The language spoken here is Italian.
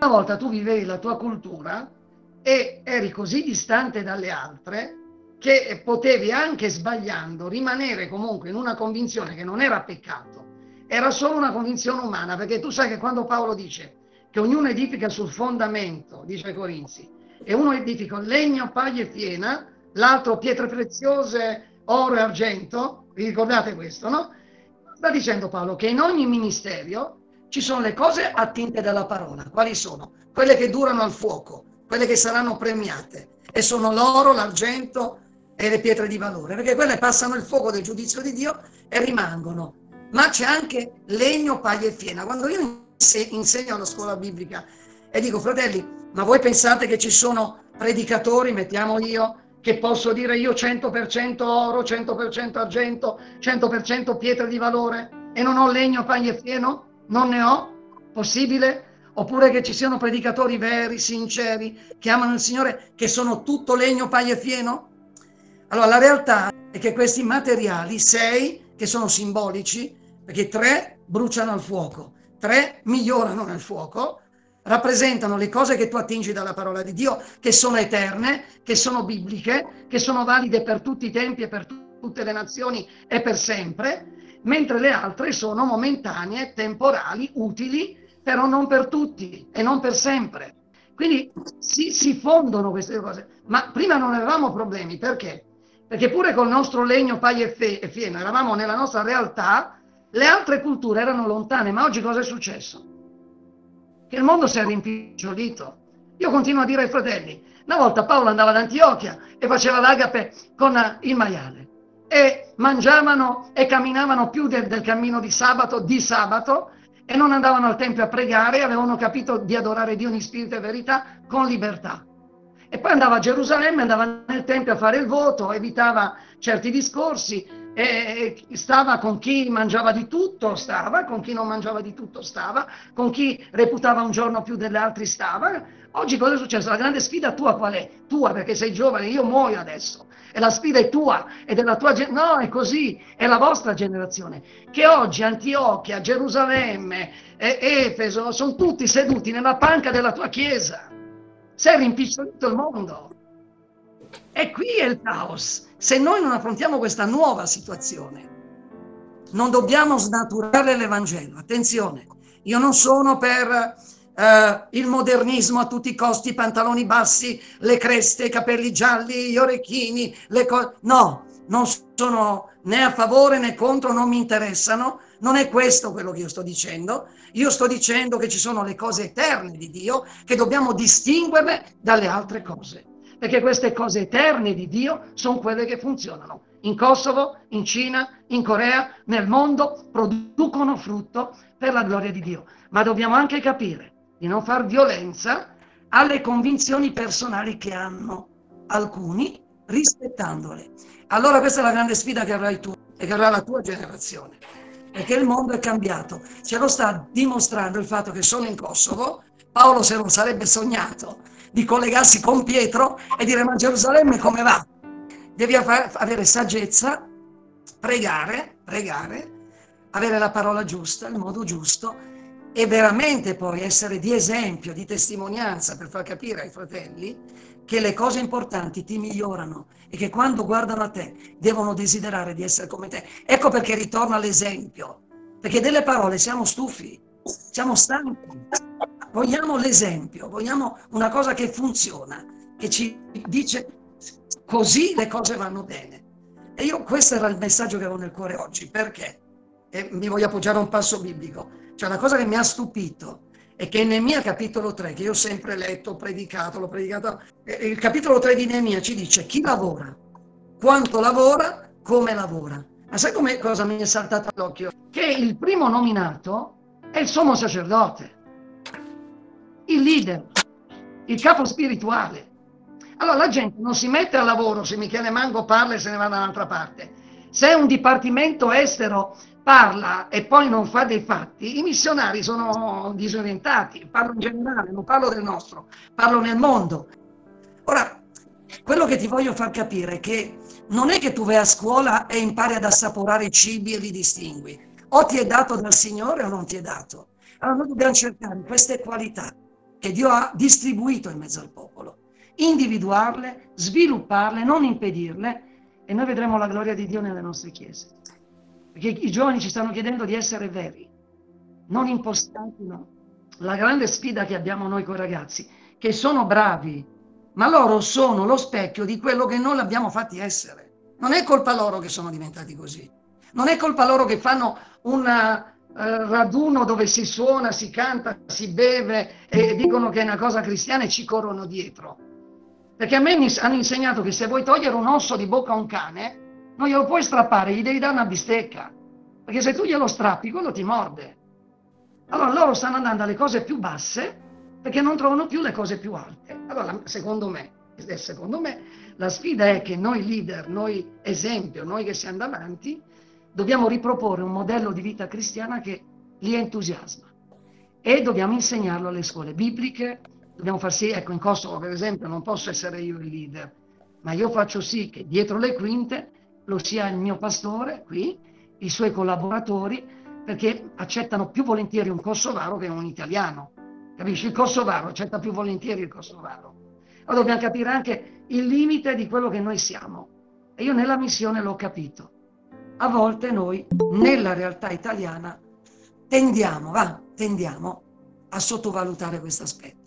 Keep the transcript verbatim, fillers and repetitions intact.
volta tu vivevi la tua cultura e eri così distante dalle altre che potevi, anche sbagliando, rimanere comunque in una convinzione che non era peccato, era solo una convinzione umana, perché tu sai che quando Paolo dice che ognuno edifica sul fondamento, dice ai Corinzi, e uno edifica legno, paglia e fiena, l'altro pietre preziose, oro e argento, vi ricordate questo, no? Sta dicendo Paolo che in ogni ministero ci sono le cose attinte dalla parola. Quali sono? Quelle che durano al fuoco, quelle che saranno premiate, e sono l'oro, l'argento e le pietre di valore, perché quelle passano il fuoco del giudizio di Dio e rimangono. Ma c'è anche legno, paglia e fiena. Quando io insegno alla scuola biblica e dico, fratelli, ma voi pensate che ci sono predicatori, mettiamo io, che posso dire io cento per cento oro, cento per cento argento, cento per cento pietre di valore e non ho legno, paglia e fieno? Non ne ho? Possibile? Oppure che ci siano predicatori veri, sinceri, che amano il Signore, che sono tutto legno, paglia e fieno? Allora, la realtà è che questi materiali, sei, che sono simbolici, perché tre bruciano al fuoco, tre migliorano nel fuoco, rappresentano le cose che tu attingi dalla parola di Dio, che sono eterne, che sono bibliche, che sono valide per tutti i tempi e per tutte le nazioni e per sempre, mentre le altre sono momentanee, temporali, utili, però non per tutti e non per sempre. Quindi si, si fondono queste cose, ma prima non avevamo problemi, perché? Perché pure col nostro legno, paglia e fieno eravamo nella nostra realtà, le altre culture erano lontane, ma oggi cosa è successo? Che il mondo si è rimpicciolito. Io continuo a dire ai fratelli, una volta Paolo andava ad Antiochia e faceva l'agape con il maiale e mangiavano e camminavano più del, del cammino di sabato, di sabato, e non andavano al tempio a pregare, avevano capito di adorare Dio in spirito e verità con libertà. E poi andava a Gerusalemme, andava nel tempio a fare il voto, evitava certi discorsi, e stava con chi mangiava di tutto, stava, con chi non mangiava di tutto stava, con chi reputava un giorno più degli altri stava. Oggi cosa è successo? La grande sfida tua qual è? Tua, perché sei giovane, io muoio adesso, e la sfida è tua, è della tua generazione, no, è così, è la vostra generazione, che oggi Antiochia, Gerusalemme, Efeso, sono tutti seduti nella panca della tua chiesa. Si è rimpicciolito il mondo. E qui è il caos. Se noi non affrontiamo questa nuova situazione, non dobbiamo snaturare l'Evangelo. Attenzione, io non sono per eh, il modernismo a tutti i costi, pantaloni bassi, le creste, i capelli gialli, gli orecchini, le cose. No, non sono né a favore né contro, non mi interessano. Non è questo quello che io sto dicendo. Io sto dicendo che ci sono le cose eterne di Dio, che dobbiamo distinguerle dalle altre cose, perché queste cose eterne di Dio sono quelle che funzionano. In Kosovo, in Cina, in Corea, nel mondo, producono frutto per la gloria di Dio. Ma dobbiamo anche capire di non far violenza alle convinzioni personali che hanno alcuni, rispettandole. Allora questa è la grande sfida che avrai tu e che avrà la tua generazione. Perché il mondo è cambiato. Ce lo sta dimostrando il fatto che sono in Kosovo. Paolo se non sarebbe sognato di collegarsi con Pietro e dire: ma Gerusalemme come va? Devi avere saggezza, pregare, pregare, avere la parola giusta, il modo giusto, e veramente poi essere di esempio, di testimonianza, per far capire ai fratelli che le cose importanti ti migliorano e che quando guardano a te devono desiderare di essere come te. Ecco perché ritorna l'esempio, perché delle parole siamo stufi, siamo stanchi, vogliamo l'esempio, vogliamo una cosa che funziona, che ci dice così le cose vanno bene. E io questo era il messaggio che avevo nel cuore oggi. Perché? E mi voglio appoggiare a un passo biblico. Cioè la cosa che mi ha stupito è che in Neemia capitolo tre, che io ho sempre letto, predicato, l'ho predicato, il capitolo tre di Neemia ci dice chi lavora, quanto lavora, come lavora. Ma sai come, cosa mi è saltato all'occhio? Che il primo nominato è il sommo sacerdote, il leader, il capo spirituale. Allora la gente non si mette al lavoro se Michele Mango parla e se ne va da un'altra parte. Se un dipartimento estero parla e poi non fa dei fatti, i missionari sono disorientati. Parlo in generale, non parlo del nostro, parlo nel mondo. Ora, quello che ti voglio far capire è che non è che tu vai a scuola e impari ad assaporare i cibi e li distingui. O ti è dato dal Signore o non ti è dato. Allora noi dobbiamo cercare queste qualità che Dio ha distribuito in mezzo al popolo, individuarle, svilupparle, non impedirle, e noi vedremo la gloria di Dio nelle nostre chiese. Perché i giovani ci stanno chiedendo di essere veri, non impostati, no. La grande sfida che abbiamo noi con i ragazzi, che sono bravi, ma loro sono lo specchio di quello che noi li abbiamo fatti essere. Non è colpa loro che sono diventati così. Non è colpa loro che fanno un uh, raduno dove si suona, si canta, si beve e dicono che è una cosa cristiana e ci corrono dietro. Perché a me mi hanno insegnato che se vuoi togliere un osso di bocca a un cane, non glielo puoi strappare, gli devi dare una bistecca. Perché se tu glielo strappi, quello ti morde. Allora loro stanno andando alle cose più basse perché non trovano più le cose più alte. Allora, secondo me, secondo me, la sfida è che noi leader, noi esempio, noi che siamo davanti, dobbiamo riproporre un modello di vita cristiana che li entusiasma. E dobbiamo insegnarlo alle scuole bibliche, dobbiamo far sì, ecco in Kosovo per esempio non posso essere io il leader, ma io faccio sì che dietro le quinte lo sia il mio pastore qui, i suoi collaboratori, perché accettano più volentieri un kosovaro che un italiano. Capisci? Il kosovaro accetta più volentieri il kosovaro. Allora dobbiamo capire anche il limite di quello che noi siamo. E io nella missione l'ho capito. A volte noi, nella realtà italiana, tendiamo, va, tendiamo a sottovalutare questo aspetto.